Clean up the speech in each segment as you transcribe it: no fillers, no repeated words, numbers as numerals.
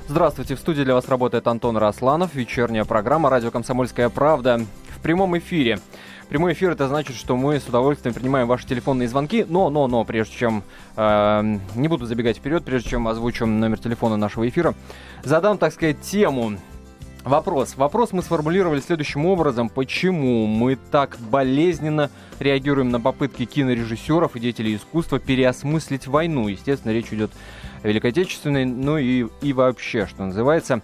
Здравствуйте, в студии для вас работает Антон Росланов, вечерняя программа «Радио Комсомольская правда» в прямом эфире. Прямой эфир — это значит, что мы с удовольствием принимаем ваши телефонные звонки, но, прежде чем, не буду забегать вперед, прежде чем озвучу номер телефона нашего эфира, задам, так сказать, тему. Вопрос мы сформулировали следующим образом. Почему мы так болезненно реагируем на попытки кинорежиссеров и деятелей искусства переосмыслить войну? Естественно, речь идет о Великой Отечественной, ну и вообще, что называется.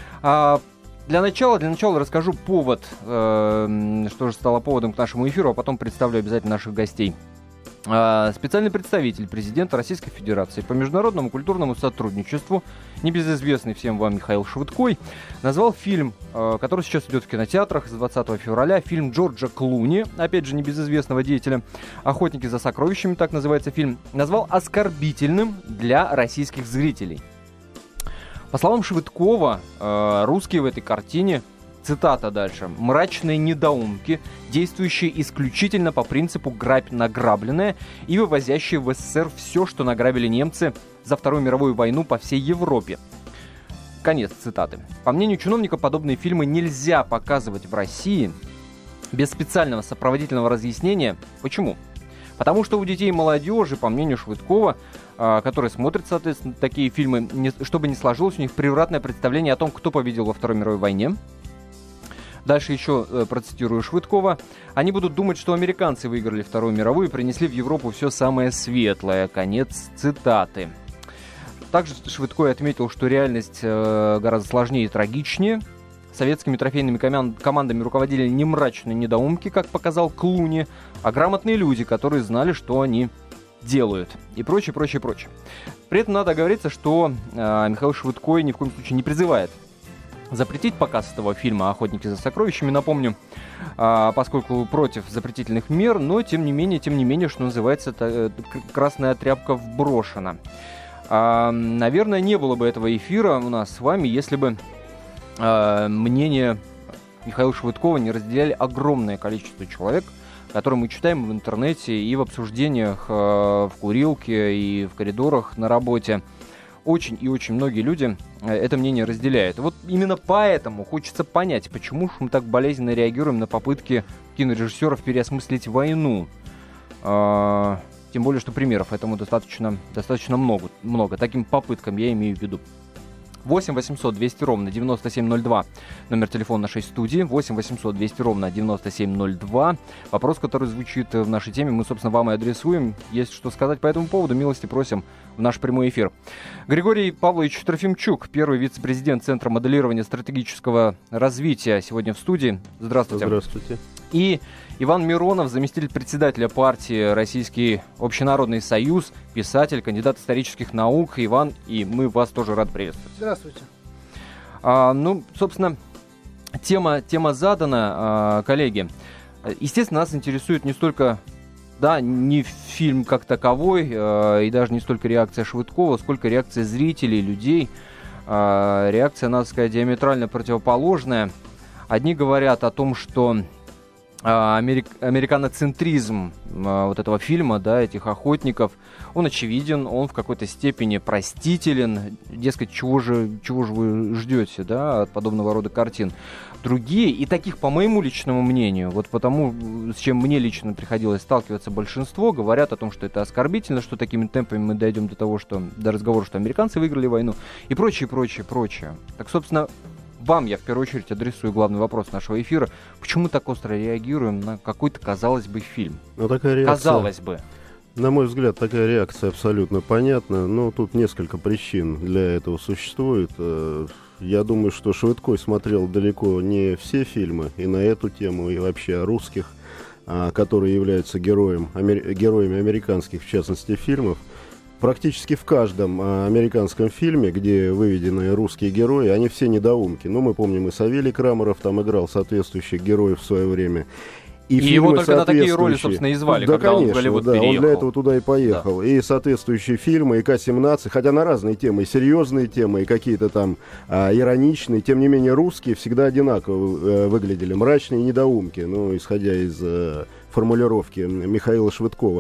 Для начала расскажу повод, что же стало поводом к нашему эфиру, а потом представлю обязательно наших гостей. Специальный представитель президента Российской Федерации по международному культурному сотрудничеству, небезызвестный всем вам Михаил Швыдкой, назвал фильм, который сейчас идет в кинотеатрах с 20 февраля, фильм Джорджа Клуни, опять же небезызвестного деятеля, «Охотники за сокровищами», так называется фильм, назвал оскорбительным для российских зрителей. По словам Швыдкова, русские в этой картине, цитата дальше, «мрачные недоумки, действующие исключительно по принципу «грабь награбленное» и вывозящие в СССР все, что награбили немцы за Вторую мировую войну по всей Европе». Конец цитаты. По мнению чиновника, подобные фильмы нельзя показывать в России без специального сопроводительного разъяснения. Почему? Потому что у детей и молодежи, по мнению Швыдкова, которые смотрят, соответственно, такие фильмы, чтобы не сложилось у них превратное представление о том, кто победил во Второй мировой войне. Дальше еще процитирую Швыдкова. «Они будут думать, что американцы выиграли Вторую мировую и принесли в Европу все самое светлое». Конец цитаты. Также Швыдкой отметил, что реальность гораздо сложнее и трагичнее. Советскими трофейными командами руководили не мрачные недоумки, как показал Клуни, а грамотные люди, которые знали, что они делают. И прочее. При этом надо оговориться, что Михаил Швыдкой ни в коем случае не призывает запретить показ этого фильма «Охотники за сокровищами», напомню, поскольку против запретительных мер, но тем не менее, что называется, красная тряпка вброшена. Наверное, не было бы этого эфира у нас с вами, если бы мнение Михаила Швыдкова не разделяли огромное количество человек, которые мы читаем в интернете и в обсуждениях в курилке и в коридорах на работе. Очень и очень многие люди это мнение разделяют. И вот именно поэтому хочется понять, почему же мы так болезненно реагируем на попытки кинорежиссеров переосмыслить войну. Тем более, что примеров этому достаточно много. Таким попыткам я имею в виду. 8 800 200 ровно 9702. Номер телефона нашей студии. 8 800 200 ровно 9702. Вопрос, который звучит в нашей теме, мы, собственно, вам и адресуем. Есть что сказать по этому поводу, милости просим в наш прямой эфир. Григорий Павлович Трофимчук, первый вице-президент Центра моделирования стратегического развития, сегодня в студии. Здравствуйте. Здравствуйте. И Иван Миронов, заместитель председателя партии «Российский общенародный союз», писатель, кандидат исторических наук. Иван, и мы вас тоже рады приветствовать. Здравствуйте. Собственно, тема задана, коллеги. Естественно, нас интересует не столько, не фильм как таковой, и даже не столько реакция Швыдкова, сколько реакция зрителей, людей. Реакция, надо сказать, диаметрально противоположная. Одни говорят о том, что американоцентризм вот этого фильма, этих охотников, он очевиден, он в какой-то степени простителен. Дескать, чего же вы ждете, от подобного рода картин. Другие, и таких, по моему личному мнению, вот потому, с чем мне лично приходилось сталкиваться большинство, говорят о том, что это оскорбительно, что такими темпами мы дойдем до разговора, что американцы выиграли войну, и прочее. Так, собственно, вам я в первую очередь адресую главный вопрос нашего эфира. Почему мы так остро реагируем на какой-то, казалось бы, фильм? Такая реакция, казалось бы. На мой взгляд, такая реакция абсолютно понятна, но тут несколько причин для этого существует. Я думаю, что Швыдкой смотрел далеко не все фильмы и на эту тему, и вообще о русских, которые являются героями американских, в частности, фильмов. Практически в каждом американском фильме, где выведены русские герои, они все недоумки. Мы помним, и Савелий Крамаров там играл соответствующих героев в свое время. И его только на такие роли, собственно, и звали, когда конечно, он в Голливуд переехал. Он для этого туда и поехал. Да. И соответствующие фильмы, и К-17, хотя на разные темы, и серьезные темы, и какие-то там ироничные, тем не менее русские всегда одинаково выглядели. Мрачные недоумки, исходя из формулировки Михаила Швыдкова.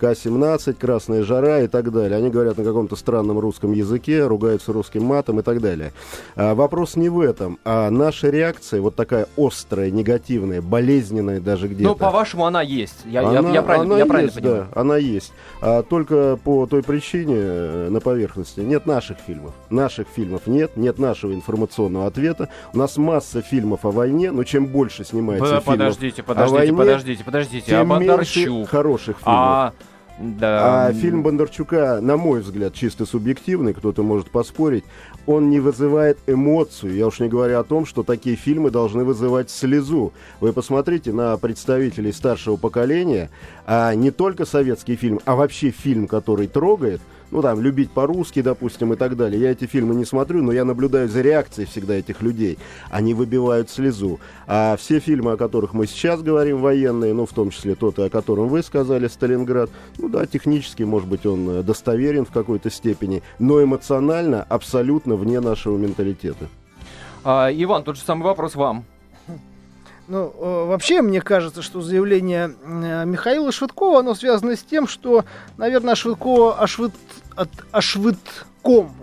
К-17, «Красная жара» и так далее. Они говорят на каком-то странном русском языке, ругаются русским матом и так далее. Вопрос не в этом, а наша реакция, вот такая острая, негативная, болезненная даже где-то. Ну, по-вашему, она есть. Я правильно есть, понимаю. Да, она есть. Только по той причине на поверхности нет наших фильмов. Наших фильмов нет нашего информационного ответа. У нас масса фильмов о войне, но чем больше снимается фильмов о войне, подождите. тем Бондарчук. меньше хороших фильмов. Да. А фильм Бондарчука, на мой взгляд, чисто субъективный, кто-то может поспорить, он не вызывает эмоцию. Я уж не говорю о том, что такие фильмы должны вызывать слезу. Вы посмотрите на представителей старшего поколения, не только советский фильм, а вообще фильм, который трогает, ну там, «Любить по-русски», допустим, и так далее. Я эти фильмы не смотрю, но я наблюдаю за реакцией всегда этих людей. Они выбивают слезу. А все фильмы, о которых мы сейчас говорим, военные, ну, в том числе тот, о котором вы сказали, «Сталинград», ну да, технически, может быть, он достоверен в какой-то степени, но эмоционально абсолютно вне нашего менталитета. Иван, тот же самый вопрос вам. Ну, вообще, мне кажется, что заявление Михаила Швыдкова, оно связано с тем, что, наверное, Швыдкова Швыдком,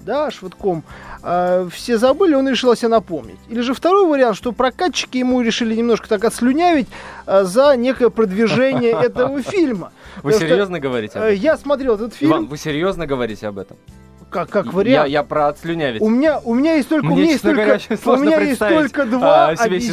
все забыли, он решил о себе напомнить. Или же второй вариант, что прокатчики ему решили немножко так отслюнявить за некое продвижение этого фильма. Вы серьезно говорите об этом? Я смотрел этот фильм. Иван, вы серьезно говорите об этом? Как вариант. Я про отслюнявить. У меня есть только два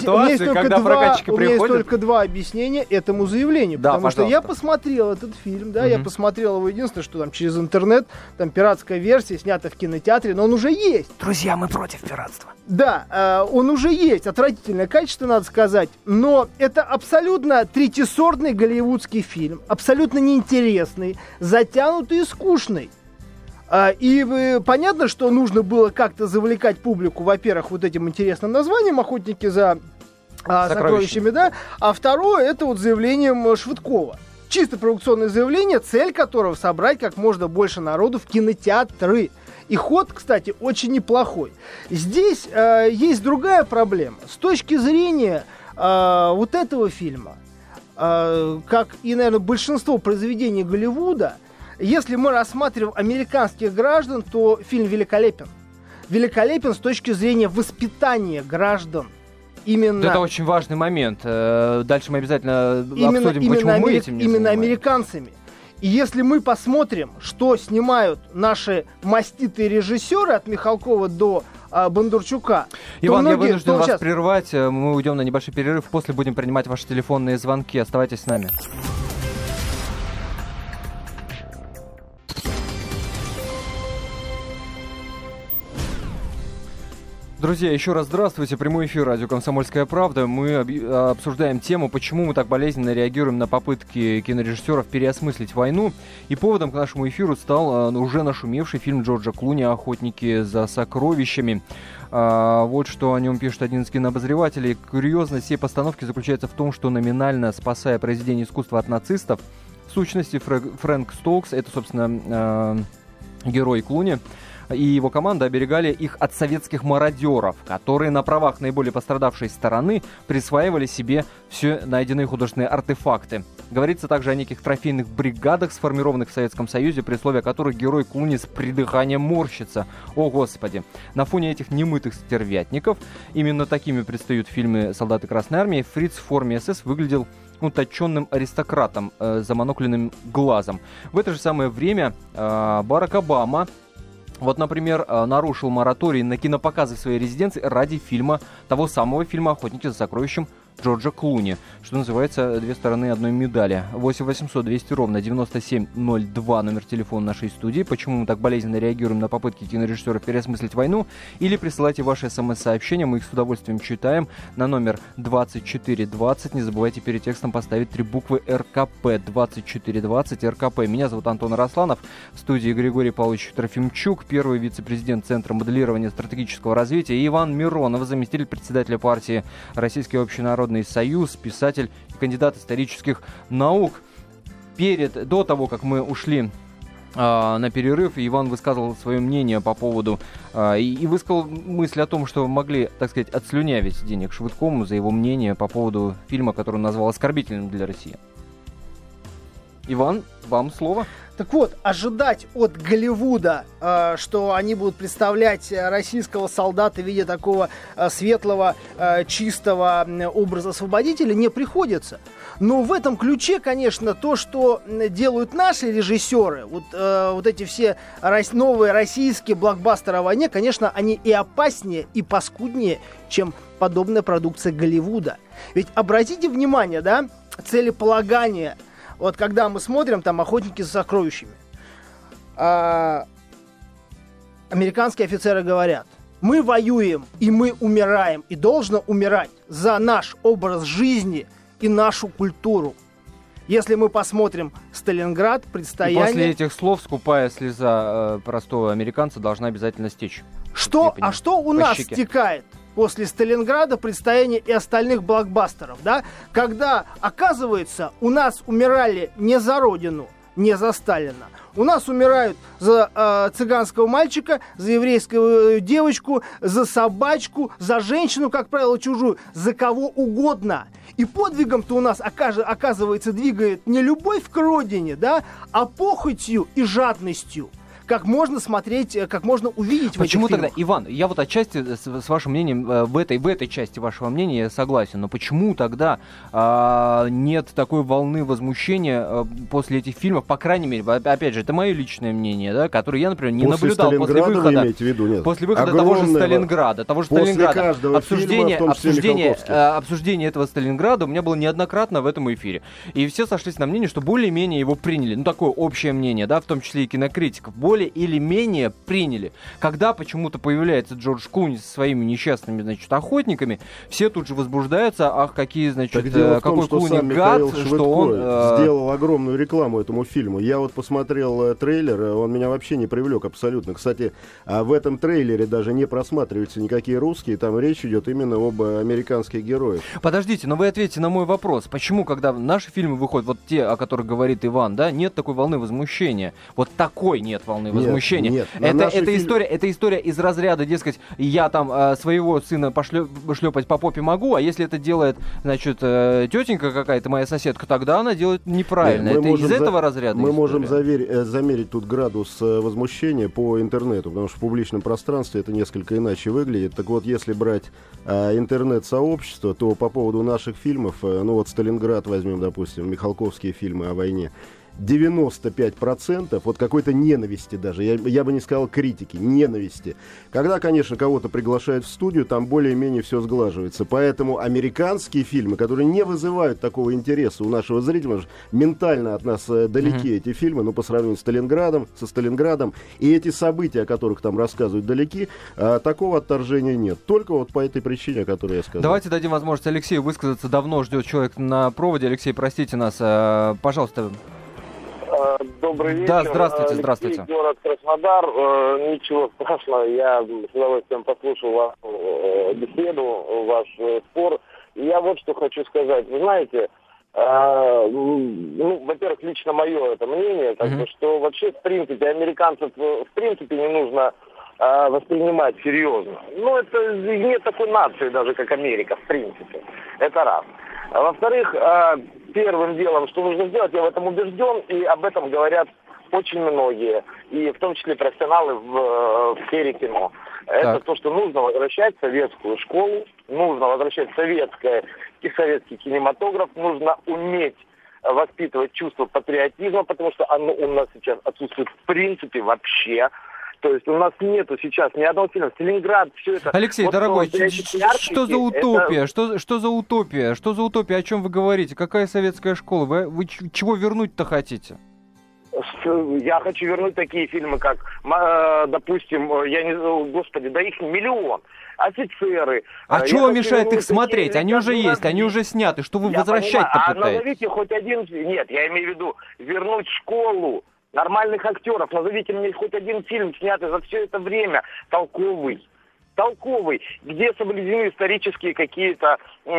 объяснения этому заявлению. Да, потому что я посмотрел этот фильм, да, я посмотрел его, единственное, что там через интернет, там пиратская версия, снята в кинотеатре, но он уже есть. Друзья, мы против пиратства. Да, он уже есть, отвратительное качество, надо сказать, но это абсолютно третьесортный голливудский фильм, абсолютно неинтересный, затянутый и скучный. И понятно, что нужно было как-то завлекать публику, во-первых, вот этим интересным названием «Охотники за сокровищами», да, а второе, это вот заявлением Швыдкова. Чисто провокационное заявление, цель которого собрать как можно больше народу в кинотеатры. И ход, кстати, очень неплохой. Здесь есть другая проблема. С точки зрения вот этого фильма, как и, наверное, большинство произведений Голливуда, если мы рассматриваем американских граждан, то фильм великолепен. Великолепен с точки зрения воспитания граждан. Именно... Это очень важный момент. Дальше мы обязательно обсудим, почему мы этим не именно занимаемся. Американцами. И если мы посмотрим, что снимают наши маститые режиссеры от Михалкова до Бондарчука... Иван, я вынужден вас прервать. Мы уйдем на небольшой перерыв. После будем принимать ваши телефонные звонки. Оставайтесь с нами. Друзья, еще раз здравствуйте. Прямой эфир радио «Комсомольская правда». Мы обсуждаем тему, почему мы так болезненно реагируем на попытки кинорежиссеров переосмыслить войну. И поводом к нашему эфиру стал уже нашумевший фильм Джорджа Клуни «Охотники за сокровищами». Вот что о нем пишет один из кинообозревателей. Курьезность всей постановки заключается в том, что номинально спасая произведение искусства от нацистов, в сущности Фрэнк Стоукс, это, собственно, герой Клуни, и его команда оберегали их от советских мародеров, которые на правах наиболее пострадавшей стороны присваивали себе все найденные художественные артефакты. Говорится также о неких трофейных бригадах, сформированных в Советском Союзе, при условии которых герой Клуни с придыханием морщится. О, Господи! На фоне этих немытых стервятников, именно такими предстают фильмы «Солдаты Красной Армии», Фриц в форме СС выглядел утонченным аристократом за монокленным глазом. В это же самое время Барак Обама, вот, например, нарушил мораторий на кинопоказы в своей резиденции ради фильма, того самого фильма «Охотники за сокровищем» Джорджа Клуни, что называется «Две стороны одной медали». 8 800 200 ровно 9702 номер телефона нашей студии. Почему мы так болезненно реагируем на попытки кинорежиссеров переосмыслить войну? Или присылайте ваши смс-сообщения, мы их с удовольствием читаем на номер 2420. Не забывайте перед текстом поставить 3 буквы РКП. 2420 РКП. Меня зовут Антон Арасланов. В студии Григорий Павлович Трофимчук, первый вице-президент Центра моделирования стратегического развития, и Иван Миронов, заместитель председателя партии Российский общенародный союз, писатель и кандидат исторических наук. До того, как мы ушли на перерыв, Иван высказывал свое мнение по поводу и высказал мысль о том, что могли, так сказать, отслюнявить денег Швыдкому за его мнение по поводу фильма, который он назвал оскорбительным для России. Иван, вам слово. Так вот, ожидать от Голливуда, что они будут представлять российского солдата в виде такого светлого, чистого образа освободителя, не приходится. Но в этом ключе, конечно, то, что делают наши режиссеры, вот эти все новые российские блокбастеры о войне, конечно, они и опаснее, и паскуднее, чем подобная продукция Голливуда. Ведь обратите внимание, да, целеполагание. Вот когда мы смотрим там «Охотники за сокровищами», американские офицеры говорят: мы воюем и мы умираем, и должно умирать за наш образ жизни и нашу культуру. Если мы посмотрим «Сталинград», «Предстояние». И после этих слов скупая слеза простого американца должна обязательно стечь. Что у нас стекает после «Сталинграда», «Предстояния» и остальных блокбастеров, да? Когда, оказывается, у нас умирали не за родину, не за Сталина. У нас умирают за цыганского мальчика, за еврейскую девочку, за собачку, за женщину, как правило, чужую, за кого угодно. И подвигом-то у нас, оказывается, двигает не любовь к родине, да, а похотью и жадностью. Как можно смотреть, как можно увидеть в этих фильмах. Почему тогда, Иван, я вот отчасти с вашим мнением, в этой части вашего мнения я согласен, но почему тогда нет такой волны возмущения после этих фильмов, по крайней мере, опять же, это мое личное мнение, да, которое я, например, не наблюдал после выхода, вы имеете в виду, нет? После выхода того же Сталинграда, обсуждение этого Сталинграда у меня было неоднократно в этом эфире. И все сошлись на мнении, что более-менее его приняли, ну, такое общее мнение, да, в том числе и кинокритиков, более или менее приняли. Когда почему-то появляется Джордж Клуни со своими несчастными, значит, охотниками, все тут же возбуждаются, ах, какие, значит, какой Клуни гад, что он сделал огромную рекламу этому фильму. Я вот посмотрел трейлер, он меня вообще не привлек абсолютно. Кстати, в этом трейлере даже не просматриваются никакие русские, там речь идет именно об американских героях. Подождите, но вы ответьте на мой вопрос. Почему, когда наши фильмы выходят, вот те, о которых говорит Иван, да, нет такой волны возмущения? Вот такой нет волны возмущения. Нет, это история из разряда, дескать, я там своего сына шлепать по попе могу, а если это делает, значит, тетенька какая-то, моя соседка, тогда она делает неправильно. Это из этого разряда мы история? можем замерить тут градус возмущения по интернету, потому что в публичном пространстве это несколько иначе выглядит. Так вот, если брать интернет-сообщество, то по поводу наших фильмов, ну вот «Сталинград» возьмем, допустим, михалковские фильмы о войне, 95% вот какой-то ненависти даже, я бы не сказал критики, ненависти. Когда, конечно, кого-то приглашают в студию, там более-менее все сглаживается. Поэтому американские фильмы, которые не вызывают такого интереса у нашего зрителя, ментально от нас далеки эти фильмы, ну, по сравнению со Сталинградом, и эти события, о которых там рассказывают, далеки, такого отторжения нет. Только вот по этой причине, о которой я сказал. Давайте дадим возможность Алексею высказаться. Давно ждет человек на проводе. Алексей, простите нас, пожалуйста. Добрый вечер. Да, здравствуйте. Город Краснодар. Ничего страшного, я с удовольствием послушал вашу беседу, ваш спор. Я вот что хочу сказать. Вы знаете, во-первых, лично мое это мнение, что вообще, в принципе, американцев в принципе не нужно воспринимать серьезно. Ну, это нет такой нации даже, как Америка, в принципе. Это раз. А во-вторых, первым делом, что нужно сделать, я в этом убежден, и об этом говорят очень многие, и в том числе профессионалы в сфере кино. Это то, что нужно возвращать советскую школу, нужно возвращать советский кинематограф, нужно уметь воспитывать чувство патриотизма, потому что оно у нас сейчас отсутствует в принципе вообще. То есть у нас нету сейчас ни одного фильма. Сталинград, все это... Алексей, вот, дорогой, что за утопия? Это... Что за утопия? Что за утопия? О чем вы говорите? Какая советская школа? Вы чего вернуть-то хотите? Я хочу вернуть такие фильмы, как, допустим, да их миллион. «Офицеры». А что вам мешает их смотреть? Они уже есть, они уже сняты. Что вы возвращать-то пытаетесь? Назовите хоть один... Нет, я имею в виду вернуть школу нормальных актеров. Назовите мне хоть один фильм, снятый за все это время, толковый, где соблюдены исторические какие-то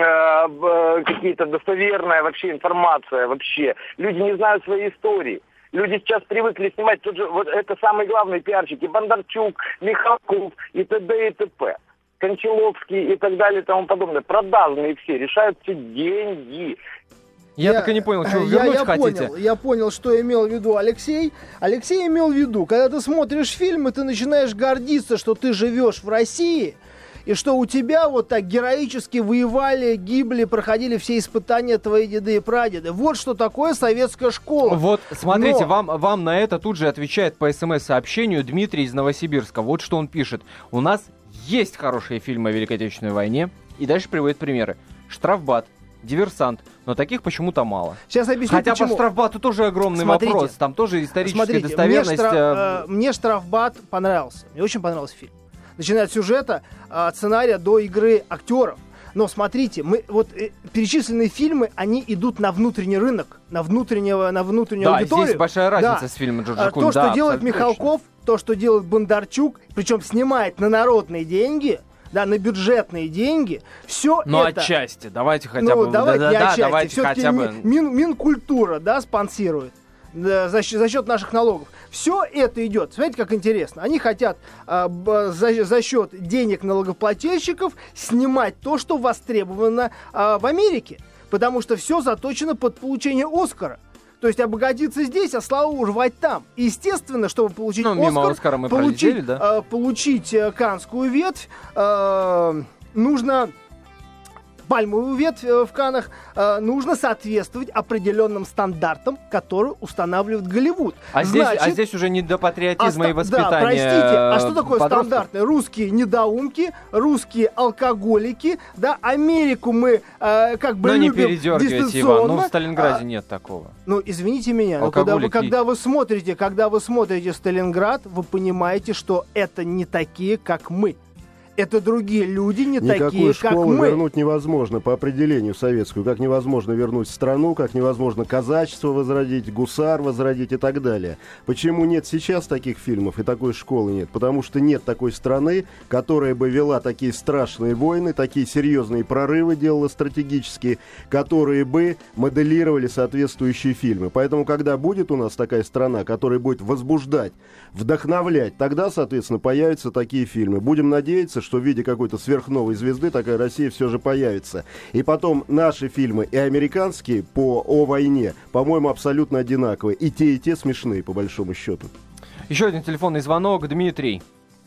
достоверная вообще информация вообще. Люди не знают своей истории. Люди сейчас привыкли снимать, тут же, вот это самые главные пиарщики, Бондарчук, Михалков и т.д. и т.п. Кончаловский и так далее и тому подобное. Продажные все, решают все деньги. Я так и не понял, что вы вернуть хотите. Я понял, что имел в виду Алексей. Алексей имел в виду, когда ты смотришь фильм, и ты начинаешь гордиться, что ты живешь в России, и что у тебя вот так героически воевали, гибли, проходили все испытания твои деды и прадеды. Вот что такое советская школа. Вот, смотрите, вам на это тут же отвечает по СМС-сообщению Дмитрий из Новосибирска. Вот что он пишет. У нас есть хорошие фильмы о Великой Отечественной войне. И дальше приводит примеры. «Штрафбат», «Диверсант», но таких почему-то мало. Сейчас объясню, хотя почему. По «Штрафбату» тоже огромный вопрос. Там тоже историческая достоверность. Мне «Штрафбат» понравился. Мне очень понравился фильм. Начиная от сюжета, от сценария до игры актеров. Но смотрите, перечисленные фильмы, они идут на внутренний рынок, на внутреннюю аудиторию. Да, здесь большая разница с фильмом Джорджа Клуни. То, что делает Михалков, то, что делает Бондарчук, причем снимает на народные деньги, да, на бюджетные деньги, все это... Ну, отчасти, давайте хотя бы... Давайте хотя бы... Минкультура, да, спонсирует. За счет наших налогов. Все это идет. Смотрите, как интересно. Они хотят за счет денег налогоплательщиков снимать то, что востребовано в Америке. Потому что все заточено под получение Оскара. То есть обогатиться здесь, а славу рвать там. И естественно, чтобы получить Оскара мы пролетели, да? Получить Каннскую ветвь, нужно... пальмовую ветвь в Каннах, нужно соответствовать определенным стандартам, которые устанавливает Голливуд. Здесь уже не до патриотизма и воспитания. Да, простите, а что такое стандартные? Русские недоумки, русские алкоголики, да, Америку мы любим не передергивайте, дистанционно. Иван, в Сталинграде нет такого. Извините меня, но когда вы смотрите «Сталинград», вы понимаете, что это не такие, как мы. Это другие люди, не такие, как мы. Никакую школу вернуть невозможно по определению советскую. Как невозможно вернуть страну, как невозможно казачество возродить, гусар возродить и так далее. Почему нет сейчас таких фильмов и такой школы нет? Потому что нет такой страны, которая бы вела такие страшные войны, такие серьезные прорывы делала стратегические, которые бы моделировали соответствующие фильмы. Поэтому, когда будет у нас такая страна, которая будет возбуждать, вдохновлять, тогда, соответственно, появятся такие фильмы. Будем надеяться, что в виде какой-то сверхновой звезды такая Россия все же появится. И потом наши фильмы и американские о войне, по-моему, абсолютно одинаковые. И те смешные, по большому счету. Еще один телефонный звонок. Дмитрий.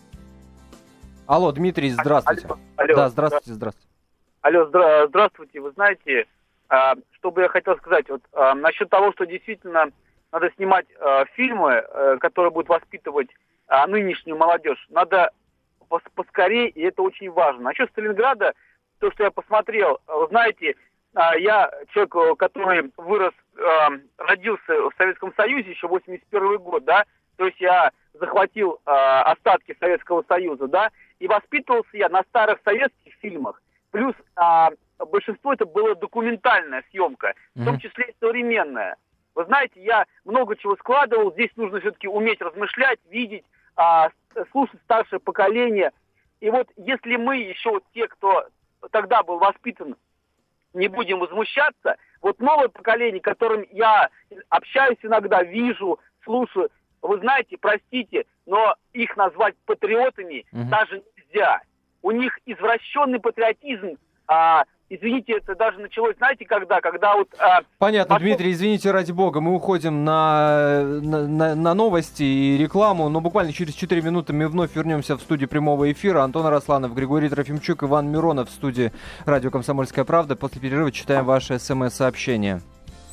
Алло, Дмитрий, здравствуйте. Алло. Да, здравствуйте. Алло, здравствуйте. Вы знаете, что бы я хотел сказать, насчет того, что действительно надо снимать фильмы, которые будут воспитывать нынешнюю молодежь. Надо поскорее, и это очень важно. Насчет Сталинграда, то, что я посмотрел, вы знаете, я человек, который родился в Советском Союзе, еще 81 год, да, то есть я захватил остатки Советского Союза, да, и воспитывался я на старых советских фильмах, плюс большинство это была документальная съемка, в том числе и современная. Вы знаете, я много чего складывал, здесь нужно все-таки уметь размышлять, видеть, слушать старшее поколение. И вот если мы еще те, кто тогда был воспитан, не будем возмущаться, вот новое поколение, которым я общаюсь иногда, вижу, слушаю, вы знаете, простите, но их назвать патриотами даже нельзя. У них извращенный патриотизм. Извините, это даже началось, знаете, когда вот... Понятно, Дмитрий, извините, ради бога, мы уходим на новости и рекламу, но буквально через 4 минуты мы вновь вернемся в студию прямого эфира. Антон Арасланов, Григорий Трофимчук, Иван Миронов в студии радио «Комсомольская правда». После перерыва читаем ваши СМС-сообщения.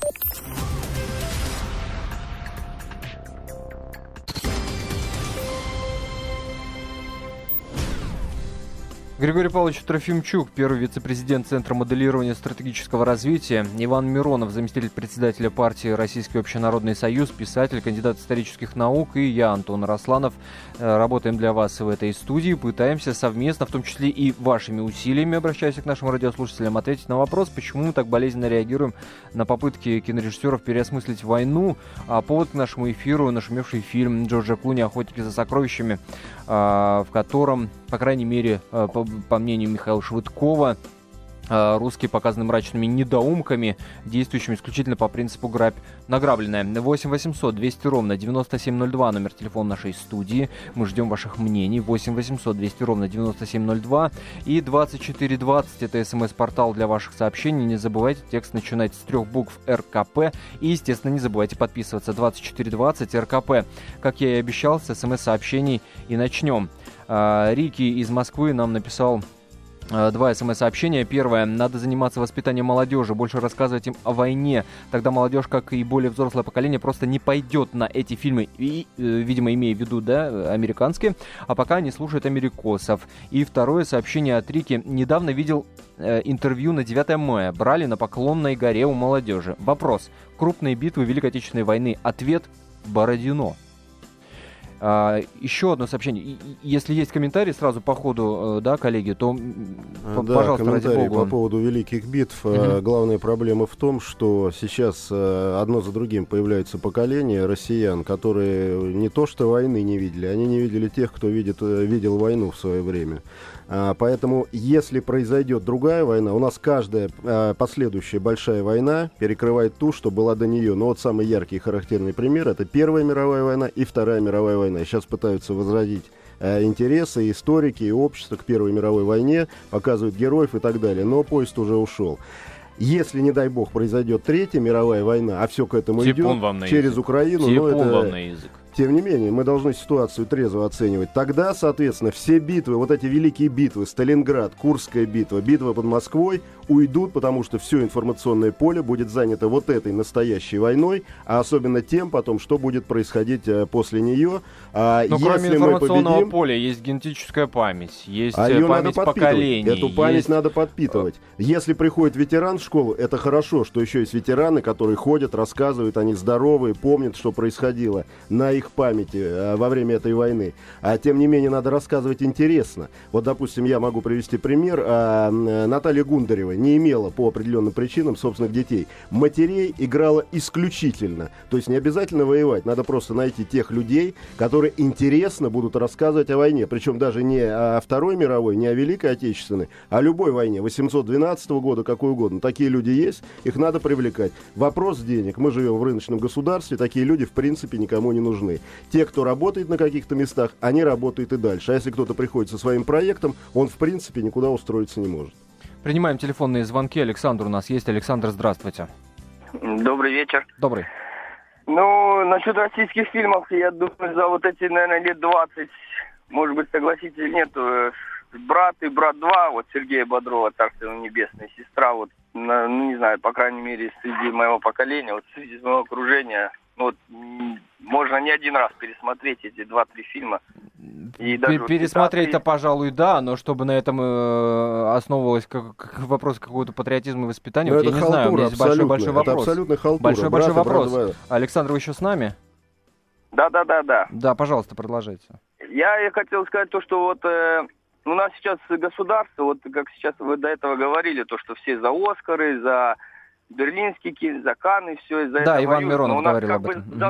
Григорий Павлович Трофимчук, первый вице-президент Центра моделирования стратегического развития, Иван Миронов, заместитель председателя партии Российский общенародный союз, писатель, кандидат исторических наук, и я, Антон Арасланов, работаем для вас в этой студии, пытаемся совместно, в том числе и вашими усилиями, обращаясь к нашим радиослушателям, ответить на вопрос, почему мы так болезненно реагируем на попытки кинорежиссеров переосмыслить войну. А повод к нашему эфиру — нашумевший фильм Джорджа Клуни «Охотники за сокровищами», в котором, по крайней мере, по мнению Михаила Швыдкова, русские показаны мрачными недоумками, действующими исключительно по принципу «грабь награбленное». 8 800 200 ровно 9702, номер телефона нашей студии. Мы ждем ваших мнений. 8 800 200 ровно 9702 и 2420. Это смс-портал для ваших сообщений. Не забывайте, текст начинается с 3 букв РКП. И, естественно, не забывайте подписываться. 2420 РКП. Как я и обещал, с смс-сообщений и начнем. Рики из Москвы нам написал 2 смс-сообщения. Первое. Надо заниматься воспитанием молодежи, больше рассказывать им о войне. Тогда молодежь, как и более взрослое поколение, просто не пойдет на эти фильмы. И, видимо, имея в виду, да, американские. А пока они слушают америкосов. И второе сообщение от Рики. Недавно видел интервью на 9 мая. Брали на Поклонной горе у молодежи. Вопрос. Крупные битвы Великой Отечественной войны. Ответ. Бородино. Еще одно сообщение. Если есть комментарии сразу по ходу, да, коллеги, то, пожалуйста, ради бога. По поводу великих битв. Главная проблема в том, что сейчас одно за другим появляется поколение россиян, которые не то что войны не видели, они не видели тех, кто видел войну в свое время. Поэтому, если произойдет другая война, у нас каждая последующая большая война перекрывает ту, что была до нее. Но вот самый яркий и характерный пример — это Первая мировая война и Вторая мировая война. Сейчас пытаются возродить интересы и историки, и общество к Первой мировой войне, показывают героев и так далее. Но поезд уже ушел. Если, не дай бог, произойдет Третья мировая война, а все к этому идет через Украину, но это... Тем не менее, мы должны ситуацию трезво оценивать. Тогда, соответственно, все битвы, вот эти великие битвы, Сталинград, Курская битва, битва под Москвой, уйдут, потому что все информационное поле будет занято вот этой настоящей войной, а особенно тем потом, что будет происходить после нее. Но кроме информационного поля есть генетическая память, есть память поколений. Эту память надо подпитывать. Если приходит ветеран в школу, это хорошо, что еще есть ветераны, которые ходят, рассказывают, они здоровые, помнят, что происходило на их памяти во время этой войны. А тем не менее, надо рассказывать интересно. Вот, допустим, я могу привести пример. Наталья Гундарева не имела по определенным причинам собственных детей. Матерей играла исключительно. То есть не обязательно воевать. Надо просто найти тех людей, которые интересно будут рассказывать о войне. Причем даже не о Второй мировой, не о Великой Отечественной, а о любой войне. 812 года, какой угодно. Такие люди есть, их надо привлекать. Вопрос денег. Мы живем в рыночном государстве, такие люди в принципе никому не нужны. Те, кто работает на каких-то местах, они работают и дальше. А если кто-то приходит со своим проектом, он в принципе никуда устроиться не может. Принимаем телефонные звонки. Александр у нас есть. Александр, здравствуйте. Добрый вечер. Добрый. Ну, насчет российских фильмов, я думаю, за вот эти, наверное, лет 20, может быть, согласитесь или нет, «Брат» и «Брат 2», вот Сергея Бодрова, «Царство небесное», «Сестра», вот, ну, не знаю, по крайней мере, среди моего поколения, вот среди моего окружения, вот, можно не один раз пересмотреть эти 2-3 фильма. И даже пересмотреть-то, пожалуй, да, но чтобы на этом основывалось вопрос какого-то патриотизма и воспитания, вот я не знаю, у меня есть большой вопрос. Это абсолютно халтура. Большой вопрос. Александр, вы еще с нами? Да. Да, пожалуйста, продолжайте. Я хотел сказать то, что вот у нас сейчас государство, вот как сейчас вы до этого говорили, то, что все за Оскары, за берлинский кино, за Канны, все из-за этого. Да, Иван Миронов говорил об этом. За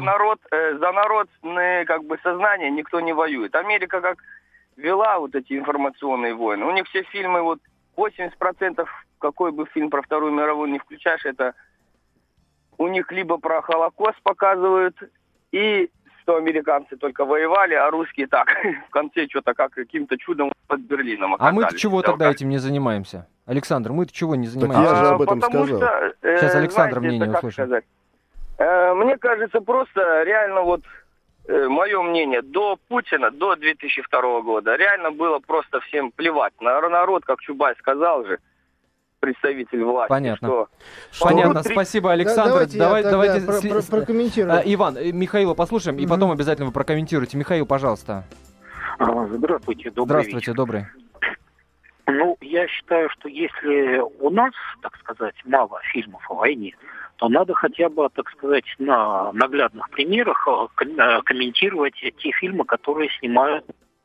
народное как бы сознание никто не воюет. Америка как вела вот эти информационные войны. У них все фильмы, вот 80%, какой бы фильм про Вторую мировую не включаешь, это у них либо про Холокост показывают, и что американцы только воевали, а русские так, в конце что-то как каким-то чудом под Берлином оказались. А мы-то чего тогда этим не занимаемся? Александр, мы-то чего не занимаемся? Так я же об этом потому сказал. Что, сейчас Александр знаете, мнение услышим. Мне кажется, просто реально вот мое мнение, до Путина, до 2002 года, реально было просто всем плевать. Народ, как Чубай сказал же, представитель власти. Понятно. Понятно, спасибо, Александр. Давайте прокомментирую. Иван, Михаила послушаем, и потом обязательно вы прокомментируете. Михаил, пожалуйста. Здравствуйте, Здравствуйте, добрый. Ну, я считаю, что если у нас, так сказать, мало фильмов о войне, то надо хотя бы, так сказать, на наглядных примерах комментировать те фильмы, которые снимают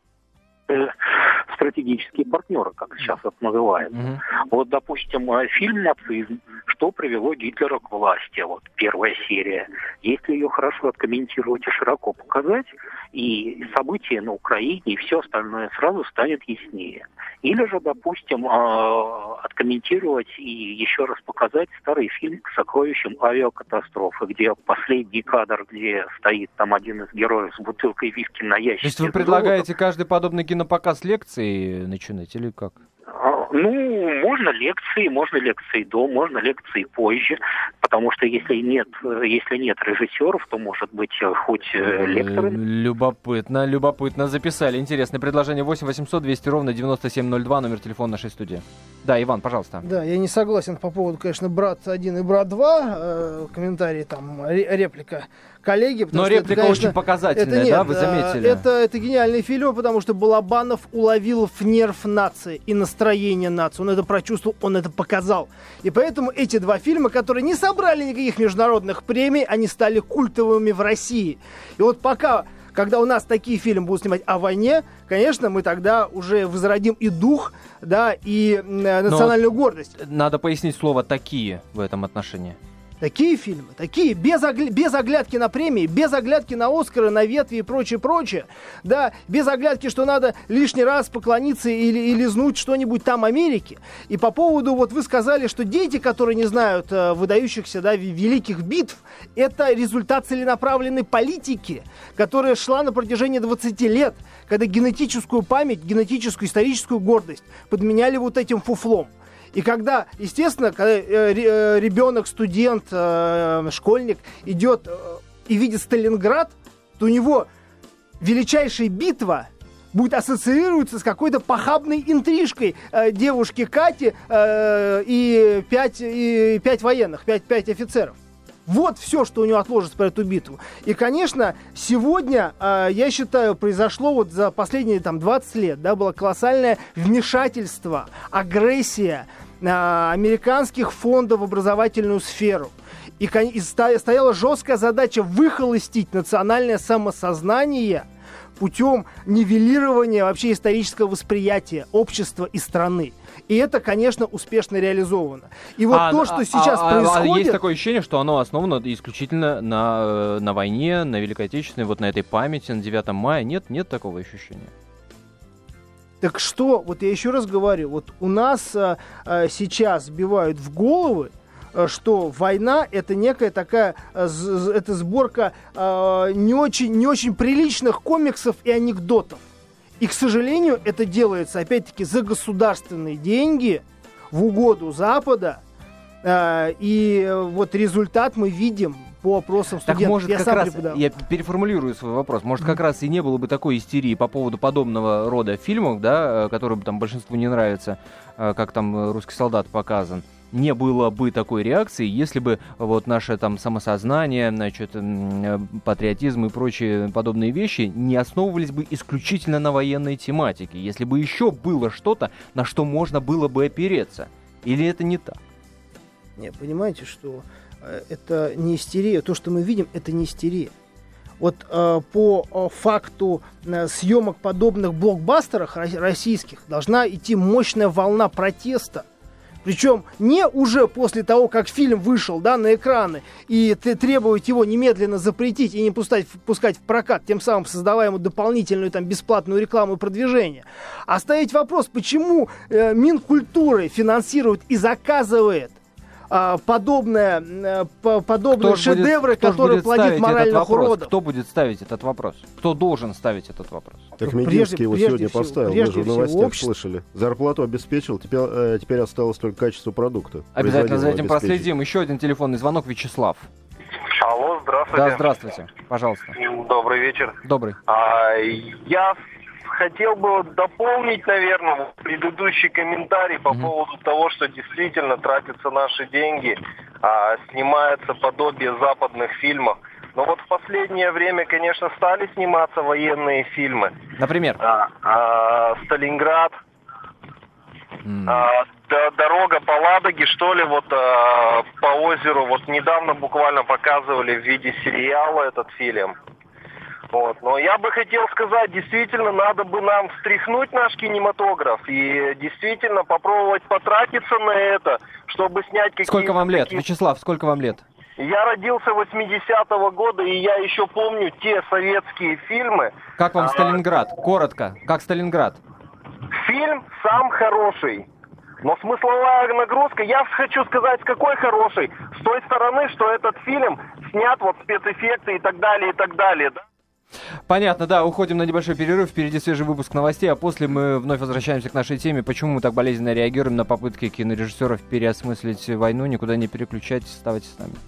стратегические партнеры, как сейчас это называется. Вот, допустим, фильм «Нацизм», что привело Гитлера к власти, вот первая серия. Если ее хорошо откомментировать и широко показать, и события на Украине, и все остальное сразу станет яснее. Или же, допустим, откомментировать и еще раз показать старый фильм к сокровищам авиакатастрофы, где последний кадр, где стоит там один из героев с бутылкой виски на ящике. То есть вы предлагаете каждый подобный кинопоказ лекции начинать или как? Ну, можно лекции до, можно лекции позже, потому что если нет режиссеров, то, может быть, хоть лекторы. Любопытно записали. Интересное предложение. 8 800 200 ровно 9702, номер телефона нашей студии. Да, Иван, пожалуйста. Да, я не согласен по поводу, конечно, «Брат-1» и «Брат-2», комментарий, там, реплика коллеги. Но реплика что, конечно, очень показательная, да, вы заметили? Это гениальный фильм, потому что Балабанов уловил нерв нации и настроение нации. Он это прочувствовал, он это показал. И поэтому эти два фильма, которые не собрали никаких международных премий, они стали культовыми в России. И вот пока... Когда у нас такие фильмы будут снимать о войне, конечно, мы тогда уже возродим и дух, да, и национальную гордость. Надо пояснить слово «такие» в этом отношении. Такие фильмы, такие, без оглядки на премии, без оглядки на Оскары, на ветви и прочее, да, без оглядки, что надо лишний раз поклониться или лизнуть что-нибудь там Америки. И по поводу, вот вы сказали, что дети, которые не знают выдающихся, да, великих битв, это результат целенаправленной политики, которая шла на протяжении 20 лет, когда генетическую память, генетическую историческую гордость подменяли вот этим фуфлом. И когда, естественно, когда ребенок, студент, школьник идет и видит Сталинград, то у него величайшая битва будет ассоциироваться с какой-то похабной интрижкой девушки Кати и 5 военных, 5 офицеров. Вот все, что у него отложится про эту битву. И, конечно, сегодня, я считаю, произошло вот за последние 20 лет, да, было колоссальное вмешательство, агрессия американских фондов в образовательную сферу. И стояла жесткая задача выхолостить национальное самосознание путем нивелирования вообще исторического восприятия общества и страны. И это, конечно, успешно реализовано. И вот то, что сейчас происходит... Есть такое ощущение, что оно основано исключительно на войне, на Великой Отечественной, вот на этой памяти, на 9 мая. Нет такого ощущения. Так что, вот я еще раз говорю, вот у нас сейчас вбивают в головы, что война — это некая такая, это сборка не очень приличных комиксов и анекдотов. И, к сожалению, это делается, опять-таки, за государственные деньги, в угоду Запада. И вот результат мы видим по опросам студентов. Так может, я переформулирую свой вопрос, может, как раз и не было бы такой истерии по поводу подобного рода фильмов, да, которые там большинству не нравятся, как там «Русский солдат» показан. Не было бы такой реакции, если бы вот наше там самосознание, значит, патриотизм и прочие подобные вещи не основывались бы исключительно на военной тематике. Если бы еще было что-то, на что можно было бы опереться. Или это не так? Не, понимаете, что это не истерия. То, что мы видим, это не истерия. Вот по факту съемок подобных блокбастеров российских должна идти мощная волна протеста. Причем не уже после того, как фильм вышел, да, на экраны, и требовать его немедленно запретить и не пускать в прокат, тем самым создавая ему дополнительную там, бесплатную рекламу и продвижение. А ставить вопрос, почему Минкультуры финансирует и заказывает подобные шедевры, которые плодит моральных уродов. Кто будет ставить этот вопрос? Кто должен ставить этот вопрос? Так Мединский его сегодня поставил, мы же в новостях слышали. Зарплату обеспечил, теперь осталось только качество продукта. Обязательно за этим проследим. Еще один телефонный звонок, Вячеслав. Алло, здравствуйте. Да, здравствуйте, пожалуйста. Добрый вечер. Добрый. Я хотел бы дополнить, наверное, предыдущий комментарий по поводу того, что действительно тратятся наши деньги, снимается подобие западных фильмов. Но вот в последнее время, конечно, стали сниматься военные фильмы. Например? «Сталинград», «Дорога по Ладоге», что ли, вот по озеру. Вот недавно буквально показывали в виде сериала этот фильм. Вот. Но я бы хотел сказать, действительно, надо бы нам встряхнуть наш кинематограф и действительно попробовать потратиться на это, чтобы снять какие-то... Сколько вам лет, Вячеслав, сколько вам лет? Я родился 80-го года, и я еще помню те советские фильмы. Как вам Сталинград? Коротко, как Сталинград? фильм сам хороший. Но смысловая нагрузка, я хочу сказать, с какой хорошей? С той стороны, что этот фильм снят вот спецэффекты и так далее, да? Понятно, да, уходим на небольшой перерыв, впереди свежий выпуск новостей, а после мы вновь возвращаемся к нашей теме, почему мы так болезненно реагируем на попытки кинорежиссеров переосмыслить войну. Никуда не переключайтесь, оставайтесь с нами.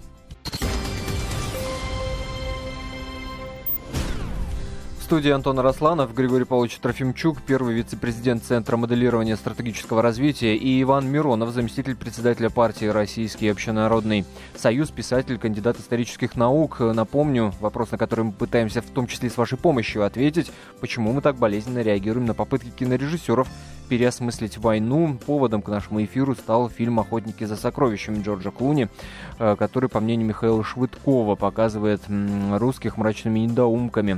В студии Антон Арасланов, Григорий Павлович Трофимчук, первый вице-президент Центра моделирования стратегического развития, и Иван Миронов, заместитель председателя партии «Российский общенародный союз», писатель, кандидат исторических наук. Напомню, вопрос, на который мы пытаемся в том числе и с вашей помощью ответить, почему мы так болезненно реагируем на попытки кинорежиссеров переосмыслить войну. Поводом к нашему эфиру стал фильм «Охотники за сокровищами» Джорджа Клуни, который, по мнению Михаила Швыдкова, показывает русских мрачными недоумками.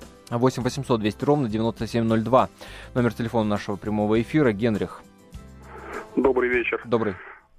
8 800 200 ровно 9702. Номер телефона нашего прямого эфира. Генрих. Добрый вечер. Добрый.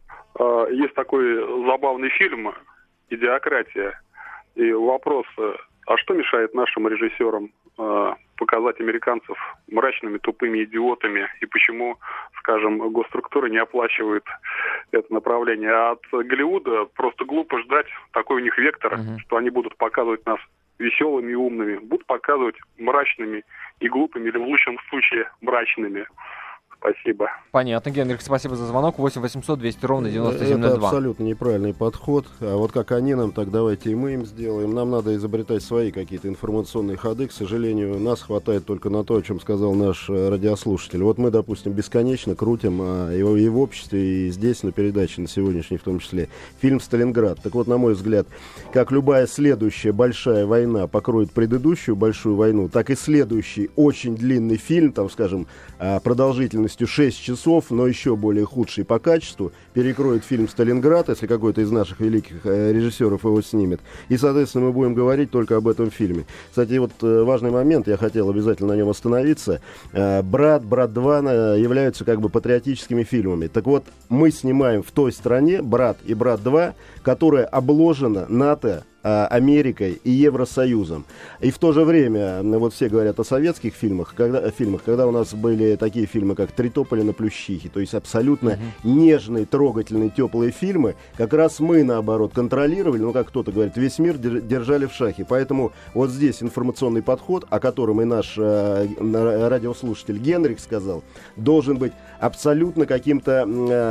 Есть такой забавный фильм «Идиократия». И вопрос, а что мешает нашим режиссерам показать американцев мрачными, тупыми идиотами? И почему, скажем, госструктуры не оплачивают это направление? А от Голливуда просто глупо ждать, такой у них вектор, что они будут показывать нас веселыми и умными, будут показывать мрачными и глупыми, или в лучшем случае мрачными. Спасибо. Понятно, Генрих, спасибо за звонок. 8 800 200 ровно 9702. Это абсолютно неправильный подход. А вот как они нам, так давайте и мы им сделаем. Нам надо изобретать свои какие-то информационные ходы. К сожалению, нас хватает только на то, о чем сказал наш радиослушатель. Вот мы, допустим, бесконечно крутим и в обществе, и здесь на передаче, на сегодняшней в том числе, фильм «Сталинград». Так вот, на мой взгляд, как любая следующая большая война покроет предыдущую большую войну, так и следующий очень длинный фильм, там, скажем, продолжительностью 6 часов, но еще более худший по качеству, перекроет фильм «Сталинград», если какой-то из наших великих режиссеров его снимет. И, соответственно, мы будем говорить только об этом фильме. Кстати, вот важный момент, я хотел обязательно на нем остановиться. «Брат», «Брат 2» являются как бы патриотическими фильмами. Так вот, мы снимаем в той стране «Брат» и «Брат 2», которая обложена НАТО, Америкой и Евросоюзом. И в то же время, вот все говорят о советских фильмах, когда у нас были такие фильмы, как «Три тополя на Плющихе», то есть абсолютно нежные, трогательные, теплые фильмы, как раз мы, наоборот, контролировали, ну, как кто-то говорит, весь мир держали в шахе. Поэтому вот здесь информационный подход, о котором и наш радиослушатель Генрих сказал, должен быть абсолютно каким-то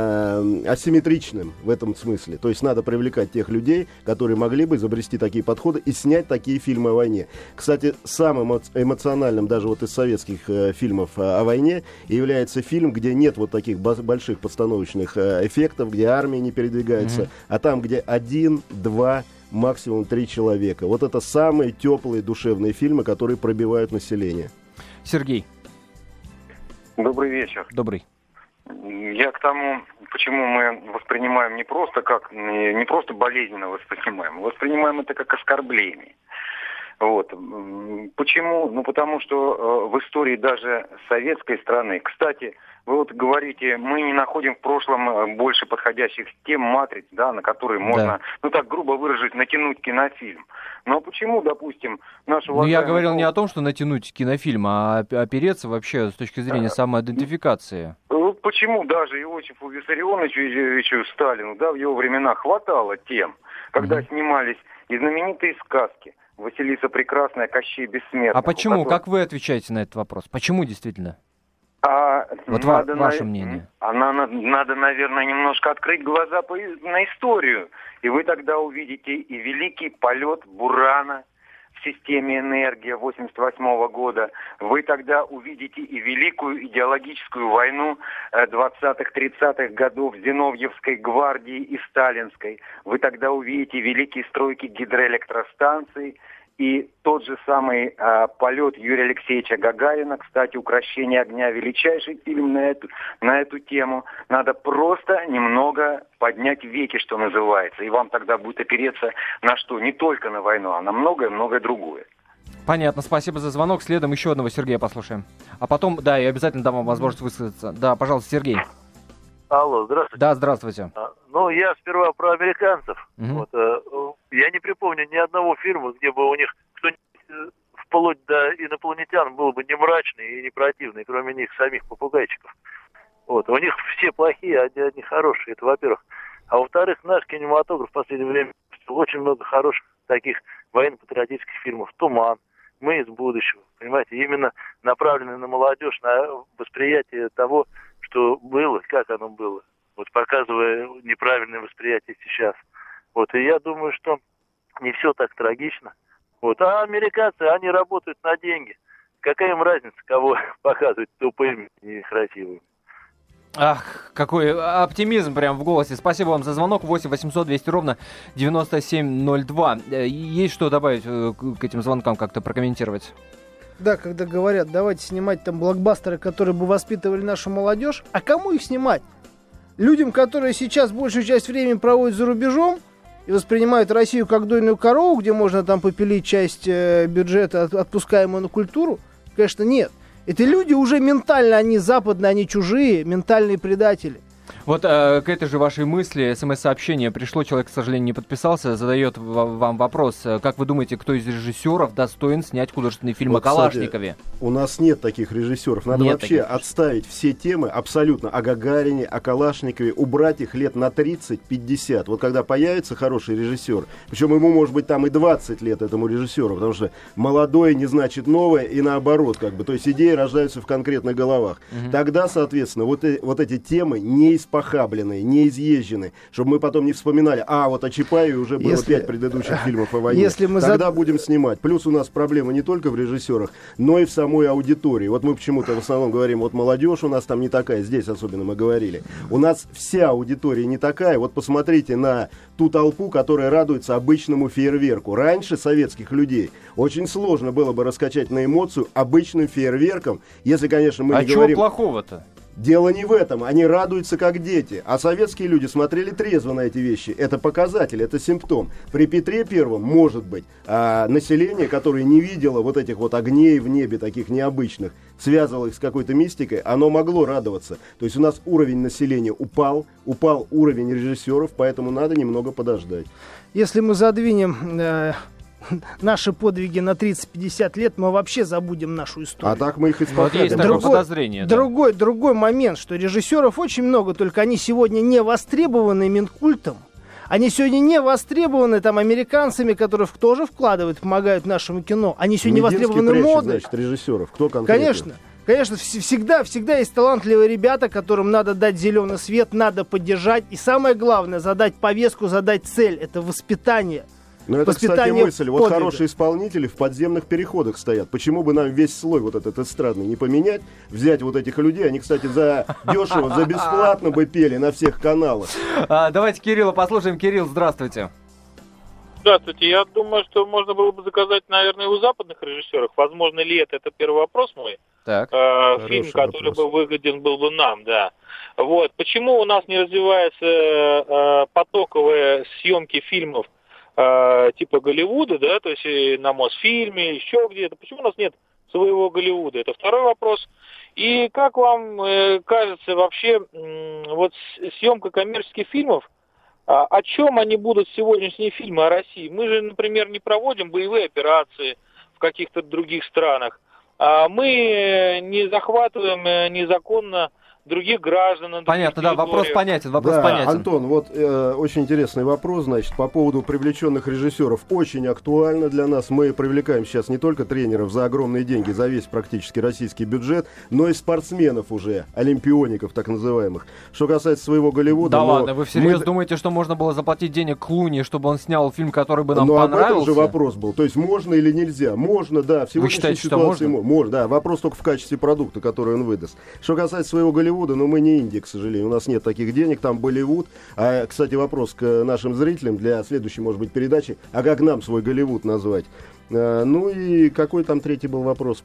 асимметричным в этом смысле. То есть надо привлекать тех людей, которые могли бы изобрести такие подходы и снять такие фильмы о войне. Кстати, самым эмоциональным даже вот из советских фильмов о войне является фильм, где нет вот таких больших постановочных эффектов, где армия не передвигается, а там, где 1, 2, максимум 3 человека. Вот это самые теплые душевные фильмы, которые пробивают население. Сергей. Добрый вечер. Добрый. Я к тому, почему мы воспринимаем не просто болезненно воспринимаем это как оскорбление. Вот. Почему? Ну, потому что в истории даже советской страны, кстати, вы вот говорите, мы не находим в прошлом больше подходящих тем, матриц, да, на которые можно, ну так грубо выразить, натянуть кинофильм. Но почему, допустим, наши уважаемые... Ну, я говорил не о том, что натянуть кинофильм, а опереться вообще с точки зрения самоидентификации. Почему даже Иосифу Виссарионовичу Сталину, да, в его времена хватало тем, когда снимались и знаменитые сказки «Василиса Прекрасная», «Кощей Бессмертный». А почему? Как вы отвечаете на этот вопрос? Почему действительно? Вот ваше мнение. Надо, наверное, немножко открыть глаза на историю. И вы тогда увидите и великий полет Бурана в системе «Энергия» 1988 года. Вы тогда увидите и великую идеологическую войну 20-30-х годов Зиновьевской гвардии и Сталинской. Вы тогда увидите великие стройки гидроэлектростанций и тот же самый полет Юрия Алексеевича Гагарина. Кстати, «Укрощение огня» — величайший фильм на эту тему. Надо просто немного поднять веки, что называется. И вам тогда будет опереться на что? Не только на войну, а на многое-многое другое. Понятно, спасибо за звонок. Следом еще одного Сергея послушаем. А потом, да, я обязательно дам вам возможность высказаться. Да, пожалуйста, Сергей. Алло, здравствуйте. Да, здравствуйте. Ну, я сперва про американцев. Вот, я не припомню ни одного фильма, где бы у них кто-нибудь в вплоть до инопланетян было бы не мрачно и не противно, и кроме них самих попугайчиков. Вот. У них все плохие, а одни хорошие, это во-первых. А во-вторых, наш кинематограф в последнее время очень много хороших таких военно-патриотических фильмов. «Туман», «Мы из будущего», понимаете, именно направлены на молодежь, на восприятие того, что было, как оно было, вот показывая неправильное восприятие сейчас. Вот, и я думаю, что не все так трагично. Вот, а американцы, они работают на деньги. Какая им разница, кого показывать тупыми и некрасивыми? Ах, какой оптимизм прям в голосе. Спасибо вам за звонок. 8 800 200 ровно 9702. Есть что добавить к этим звонкам, как-то прокомментировать? Да, когда говорят, давайте снимать там блокбастеры, которые бы воспитывали нашу молодежь. А кому их снимать? Людям, которые сейчас большую часть времени проводят за рубежом и воспринимают Россию как дойную корову, где можно там попилить часть бюджета, отпускаемую на культуру? Конечно, нет. Это люди уже ментально, они западные, они чужие, ментальные предатели. Вот к этой же вашей мысли смс-сообщение пришло, человек, к сожалению, не подписался, задает вам вопрос. Как вы думаете, кто из режиссеров достоин снять художественный фильм о Калашникове? У нас нет таких режиссеров. Надо вообще отставить все темы абсолютно о Гагарине, о Калашникове, убрать их лет на 30-50. Вот когда появится хороший режиссер, причем ему может быть там и 20 лет, этому режиссеру, потому что молодое не значит новое, и наоборот, как бы, то есть идеи рождаются в конкретных головах. Тогда, соответственно, вот эти темы не испохабленные, не изъезжены, чтобы мы потом не вспоминали, вот о Чапаеве уже было 5 предыдущих фильмов о войне. Тогда будем снимать. Плюс у нас проблема не только в режиссерах, но и в самой аудитории. Вот мы почему-то в основном говорим, вот молодежь у нас там не такая, здесь особенно мы говорили. У нас вся аудитория не такая. Вот посмотрите на ту толпу, которая радуется обычному фейерверку. Раньше советских людей очень сложно было бы раскачать на эмоцию обычным фейерверком, если, конечно, мы не говорим... А чего плохого-то? Дело не в этом, они радуются как дети, а советские люди смотрели трезво на эти вещи. Это показатель, это симптом. При Петре Первом, может быть, население, которое не видело вот этих вот огней в небе, таких необычных, связывало их с какой-то мистикой, оно могло радоваться. То есть у нас уровень населения упал уровень режиссеров, поэтому надо немного подождать. Если мы задвинем... наши подвиги на 30-50 лет, мы вообще забудем нашу историю. А так мы их исполняем. Вот есть такое подозрение. Другой момент, что режиссеров очень много, только они сегодня не востребованы Минкультом. Они сегодня не востребованы там американцами, которые тоже вкладывают, помогают нашему кино. Они сегодня не востребованы модой. Значит, режиссеров. Кто конкретно? Конечно, всегда есть талантливые ребята, которым надо дать зеленый свет, надо поддержать. И самое главное, задать повестку, задать цель. Это воспитание. Но это, кстати, мысль. Вот хорошие исполнители в подземных переходах стоят. Почему бы нам весь слой вот этот эстрадный не поменять, взять вот этих людей? Они, кстати, за дешево, за бесплатно бы пели на всех каналах. Давайте Кирилла послушаем. Кирилл, здравствуйте. Здравствуйте. Я думаю, что можно было бы заказать, наверное, у западных режиссеров. Возможно ли это? Это первый вопрос мой. Так. Фильм, который бы выгоден был бы нам, да. Вот. Почему у нас не развиваются потоковые съемки фильмов типа Голливуда, да, то есть на Мосфильме, еще где-то. Почему у нас нет своего Голливуда? Это второй вопрос. И как вам кажется вообще, вот съемка коммерческих фильмов, о чем они будут сегодняшние фильмы о России? Мы же, например, не проводим боевые операции в каких-то других странах. Мы не захватываем незаконно других граждан. Понятно, да, вопрос понятен, понятен. Антон, вот очень интересный вопрос, значит, по поводу привлеченных режиссеров. Очень актуально для нас. Мы привлекаем сейчас не только тренеров за огромные деньги, за весь практически российский бюджет, но и спортсменов уже, олимпиоников так называемых. Что касается своего Голливуда... Да ладно, вы всерьез думаете, что можно было заплатить денег Клуни, чтобы он снял фильм, который бы нам понравился? Об этом же вопрос был. То есть можно или нельзя? Можно, да. В сегодняшней ситуации можно? Да, вопрос только в качестве продукта, который он выдаст. Что касается своего Голливуда, но мы не Индия, к сожалению. У нас нет таких денег, там Болливуд. Кстати, вопрос к нашим зрителям для следующей, может быть, передачи. А как нам свой Голливуд назвать? Ну и какой там третий был вопрос?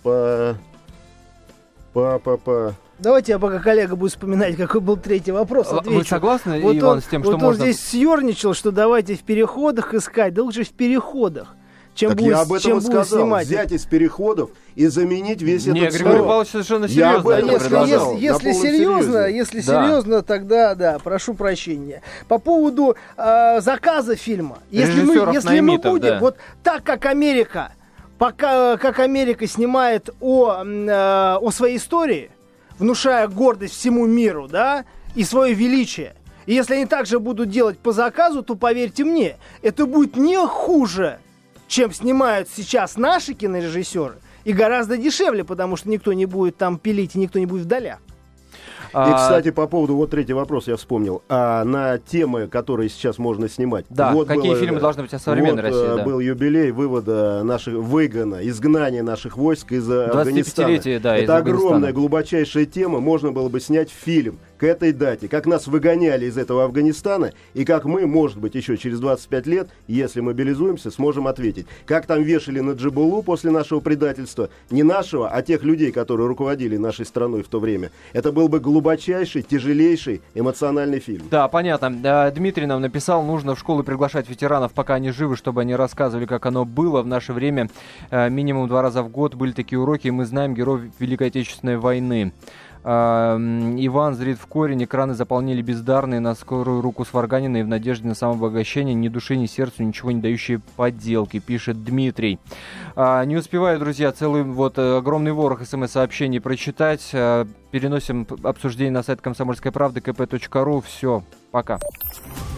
Давайте я пока коллега будет вспоминать, какой был третий вопрос, отвечу. Вы согласны, вот Иван, с тем, что можно... Вот он здесь съерничал, что давайте в переходах искать. Да лучше в переходах. Так я об этом и сказал. Снимать. Взять из переходов и заменить весь этот слой. Григорий Павлович совершенно серьезно. Если серьезно, тогда да, прошу прощения. По поводу заказа фильма. Если мы будем, вот так как Америка пока как Америка снимает о своей истории, внушая гордость всему миру, да, и свое величие. И если они также будут делать по заказу, то, поверьте мне, это будет не хуже, чем снимают сейчас наши кинорежиссеры, и гораздо дешевле, потому что никто не будет там пилить, и никто не будет вдалях. И, кстати, по поводу, вот третий вопрос я вспомнил, на темы, которые сейчас можно снимать. Да, вот какие фильмы должны быть о современной России? Да. Был юбилей вывода выгона, изгнания наших войск из Афганистана. Да, это огромная, глубочайшая тема, можно было бы снять фильм к этой дате, как нас выгоняли из этого Афганистана, и как мы, может быть, еще через 25 лет, если мобилизуемся, сможем ответить. Как там вешали на Джабулу после нашего предательства, не нашего, а тех людей, которые руководили нашей страной в то время. Это был бы глубочайший, тяжелейший эмоциональный фильм. Да, понятно. Дмитрий нам написал, нужно в школы приглашать ветеранов, пока они живы, чтобы они рассказывали, как оно было. В наше время минимум 2 раза в год были такие уроки, и мы знаем героев Великой Отечественной войны. Иван зрит в корень, экраны заполнили бездарные на скорую руку сварганины и в надежде на самообогащение, ни души, ни сердцу, ничего не дающие подделки, пишет Дмитрий. Не успеваю, друзья, целый огромный ворох смс-сообщений прочитать. Переносим обсуждение на сайт Комсомольской правды, kp.ru. Все, пока.